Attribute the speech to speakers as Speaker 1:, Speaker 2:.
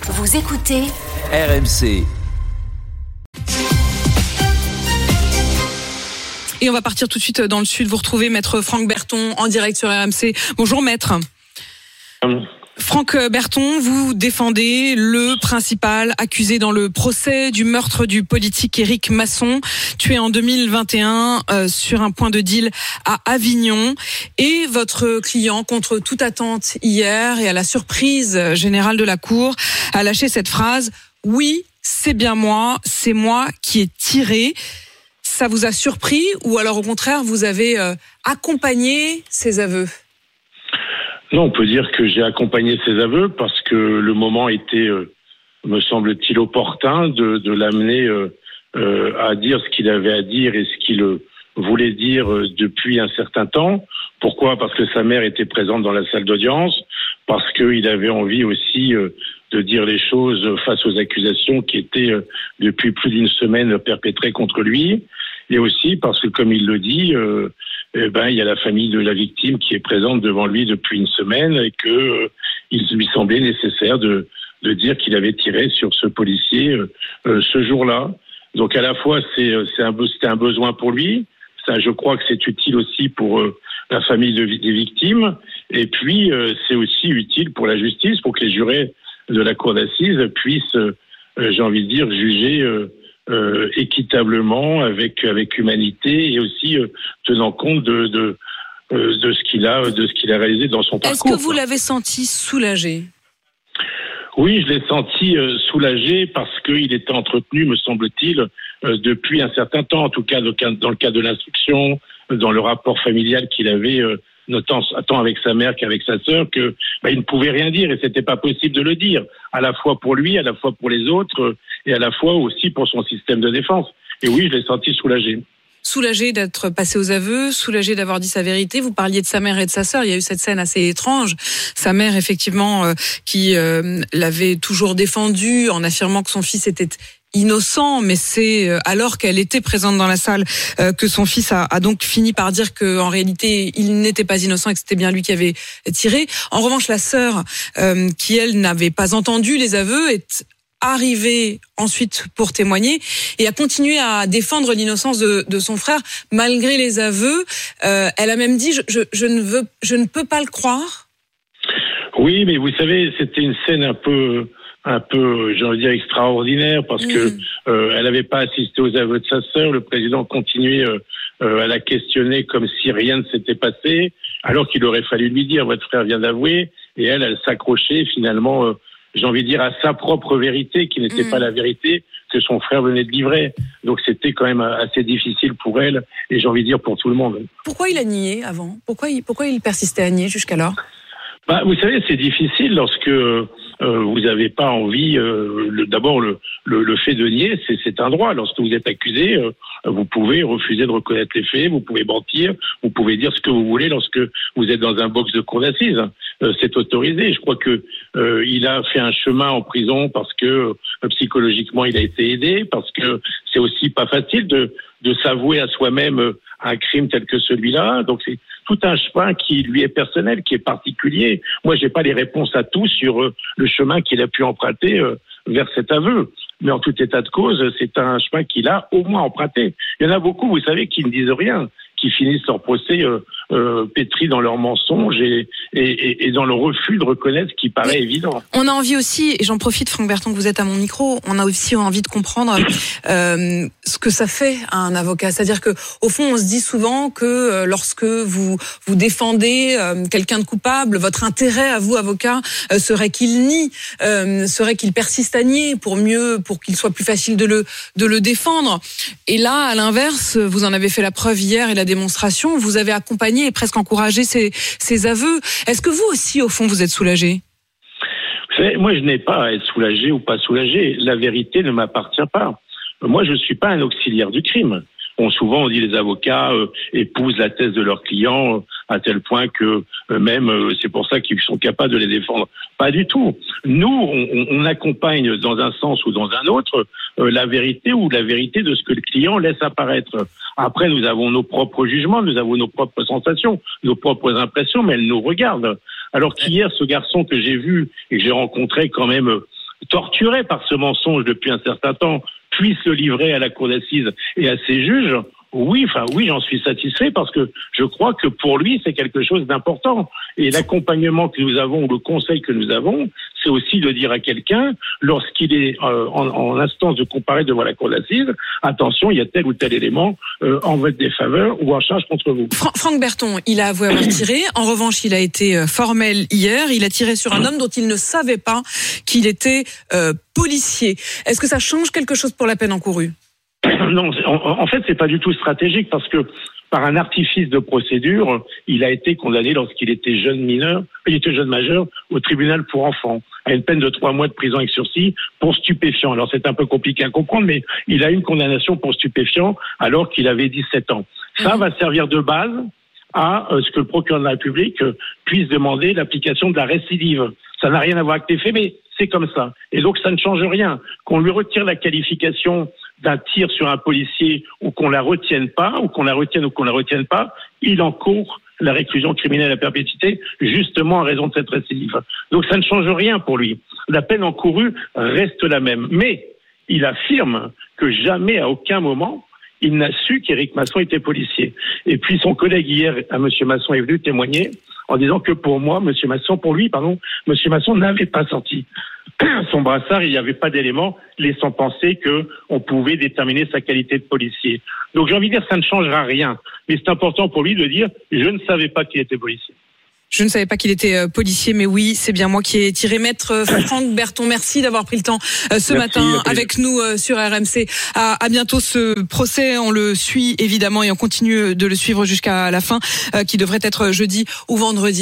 Speaker 1: Vous écoutez
Speaker 2: RMC.
Speaker 3: Et on va partir tout de suite dans le sud. Vous retrouvez Maître Franck Berton en direct sur RMC. Bonjour Maître. Franck Berton, vous défendez le principal accusé dans le procès du meurtre du politique Éric Masson, tué en 2021 sur un point de deal à Avignon. Et votre client, contre toute attente hier et à la surprise générale de la Cour, a lâché cette phrase « Oui, c'est bien moi, c'est moi qui ai tiré ». Ça vous a surpris ou alors au contraire vous avez accompagné ses aveux ?
Speaker 4: Non, on peut dire que j'ai accompagné ses aveux parce que le moment était, me semble-t-il, opportun de l'amener à dire ce qu'il avait à dire et ce qu'il voulait dire depuis un certain temps. Pourquoi ? Parce que sa mère était présente dans la salle d'audience, parce qu'il avait envie aussi de dire les choses face aux accusations qui étaient depuis plus d'une semaine perpétrées contre lui, et aussi parce que, comme il le dit, il y a la famille de la victime qui est présente devant lui depuis une semaine et que il lui semblait nécessaire de dire qu'il avait tiré sur ce policier ce jour-là. Donc à la fois c'était un besoin pour lui, ça je crois que c'est utile aussi pour la famille des victimes, et puis c'est aussi utile pour la justice, pour que les jurés de la cour d'assises puissent, j'ai envie de dire, juger équitablement, avec humanité, et aussi tenant compte de ce qu'il a réalisé dans son parcours.
Speaker 3: Est-ce que vous l'avez senti soulagé ?
Speaker 4: Oui, je l'ai senti soulagé parce qu'il était entretenu, me semble-t-il, depuis un certain temps, en tout cas dans le cadre de l'instruction, dans le rapport familial qu'il avait, tant avec sa mère qu'avec sa sœur, que il ne pouvait rien dire et c'était pas possible de le dire, à la fois pour lui, à la fois pour les autres, et à la fois aussi pour son système de défense. Et oui, je l'ai senti soulagé.
Speaker 3: Soulagé d'être passé aux aveux, soulagé d'avoir dit sa vérité. Vous parliez de sa mère et de sa sœur. Il y a eu cette scène assez étrange. Sa mère, effectivement, qui l'avait toujours défendu en affirmant que son fils était innocent, mais c'est alors qu'elle était présente dans la salle que son fils a donc fini par dire que en réalité il n'était pas innocent et que c'était bien lui qui avait tiré. En revanche, la sœur, qui elle n'avait pas entendu les aveux, est arrivée ensuite pour témoigner et a continué à défendre l'innocence de son frère malgré les aveux. Elle a même dit je ne peux pas le croire.
Speaker 4: Oui, mais vous savez, c'était une scène un peu, j'ai envie de dire, extraordinaire, parce que elle n'avait pas assisté aux aveux de sa sœur. Le président continuait à la questionner comme si rien ne s'était passé, alors qu'il aurait fallu lui dire votre frère vient d'avouer, et elle s'accrochait finalement, j'ai envie de dire, à sa propre vérité, qui n'était pas la vérité que son frère venait de livrer. Donc c'était quand même assez difficile pour elle, et j'ai envie de dire pour tout le monde. Pourquoi
Speaker 3: il a nié avant ? Pourquoi il persistait à nier jusqu'alors ?
Speaker 4: Vous savez, c'est difficile lorsque vous n'avez pas envie. D'abord, le fait de nier, c'est un droit. Lorsque vous êtes accusé, vous pouvez refuser de reconnaître les faits, vous pouvez mentir, vous pouvez dire ce que vous voulez lorsque vous êtes dans un box de cour d'assises. C'est autorisé. Je crois que il a fait un chemin en prison parce que psychologiquement il a été aidé, parce que c'est aussi pas facile de s'avouer à soi-même un crime tel que celui-là. Donc c'est tout un chemin qui lui est personnel, qui est particulier. Moi, j'ai pas les réponses à tout sur le chemin qu'il a pu emprunter vers cet aveu. Mais en tout état de cause, c'est un chemin qu'il a au moins emprunté. Il y en a beaucoup, vous savez, qui ne disent rien, qui finissent leur procès pétris dans leurs mensonges et dans le refus de reconnaître ce qui paraît évident.
Speaker 3: On a envie aussi, et j'en profite, Franck Berton, que vous êtes à mon micro, on a aussi envie de comprendre ce que ça fait à un avocat. C'est-à-dire que, au fond, on se dit souvent que lorsque vous défendez quelqu'un de coupable, votre intérêt à vous, avocat, serait qu'il nie, serait qu'il persiste à nier pour qu'il soit plus facile de le défendre. Et là, à l'inverse, vous en avez fait la preuve hier et la démonstration, vous avez accompagné et presque encouragé ces aveux. Est-ce que vous aussi, au fond, vous êtes soulagé ?
Speaker 4: Vous savez, moi, je n'ai pas à être soulagé ou pas soulagé. La vérité ne m'appartient pas. Moi, je ne suis pas un auxiliaire du crime. Souvent, on dit les avocats épousent la thèse de leurs clients à tel point que même c'est pour ça qu'ils sont capables de les défendre. Pas du tout. Nous, on accompagne dans un sens ou dans un autre la vérité ou la vérité de ce que le client laisse apparaître. Après, nous avons nos propres jugements, nous avons nos propres sensations, nos propres impressions, mais elles nous regardent. Alors qu'hier, ce garçon que j'ai vu et que j'ai rencontré quand même torturé par ce mensonge depuis un certain temps, puisse le livrer à la cour d'assises et à ses juges, oui, j'en suis satisfait parce que je crois que pour lui, c'est quelque chose d'important. Et l'accompagnement que nous avons, ou le conseil que nous avons, c'est aussi de dire à quelqu'un, lorsqu'il est en instance de comparer devant la cour d'assises, attention, il y a tel ou tel élément en votre défaveur ou en charge contre vous.
Speaker 3: Franck Berton, il a avoué avoir tiré. En revanche, il a été formel hier. Il a tiré sur un homme dont il ne savait pas qu'il était policier. Est-ce que ça change quelque chose pour la peine encourue ?
Speaker 4: Non, en fait, c'est pas du tout stratégique parce que par un artifice de procédure, il a été condamné lorsqu'il était jeune majeur au tribunal pour enfants à une peine de 3 mois de prison avec sursis pour stupéfiant. Alors c'est un peu compliqué à comprendre, mais il a une condamnation pour stupéfiant alors qu'il avait 17 ans. Ça va servir de base à ce que le procureur de la République puisse demander l'application de la récidive. Ça n'a rien à voir avec les faits, mais c'est comme ça. Et donc ça ne change rien. Qu'on lui retire la qualification d'un tir sur un policier ou qu'on la retienne pas, ou qu'on la retienne pas, il encourt la réclusion criminelle à perpétuité, justement en raison de cette récidive. Donc ça ne change rien pour lui. La peine encourue reste la même. Mais il affirme que jamais, à aucun moment, il n'a su qu'Éric Masson était policier. Et puis son collègue hier, M. Masson, est venu témoigner en disant que pour lui, M. Masson n'avait pas sorti son brassard, il n'y avait pas d'éléments laissant penser qu'on pouvait déterminer sa qualité de policier. Donc j'ai envie de dire, ça ne changera rien. Mais c'est important pour lui de dire, je ne savais pas qu'il était policier.
Speaker 3: Je ne savais pas qu'il était policier, mais oui, c'est bien moi qui ai tiré. Maître Franck Berton, merci d'avoir pris le temps ce matin avec nous sur RMC. À bientôt. Ce procès, on le suit évidemment et on continue de le suivre jusqu'à la fin, qui devrait être jeudi ou vendredi.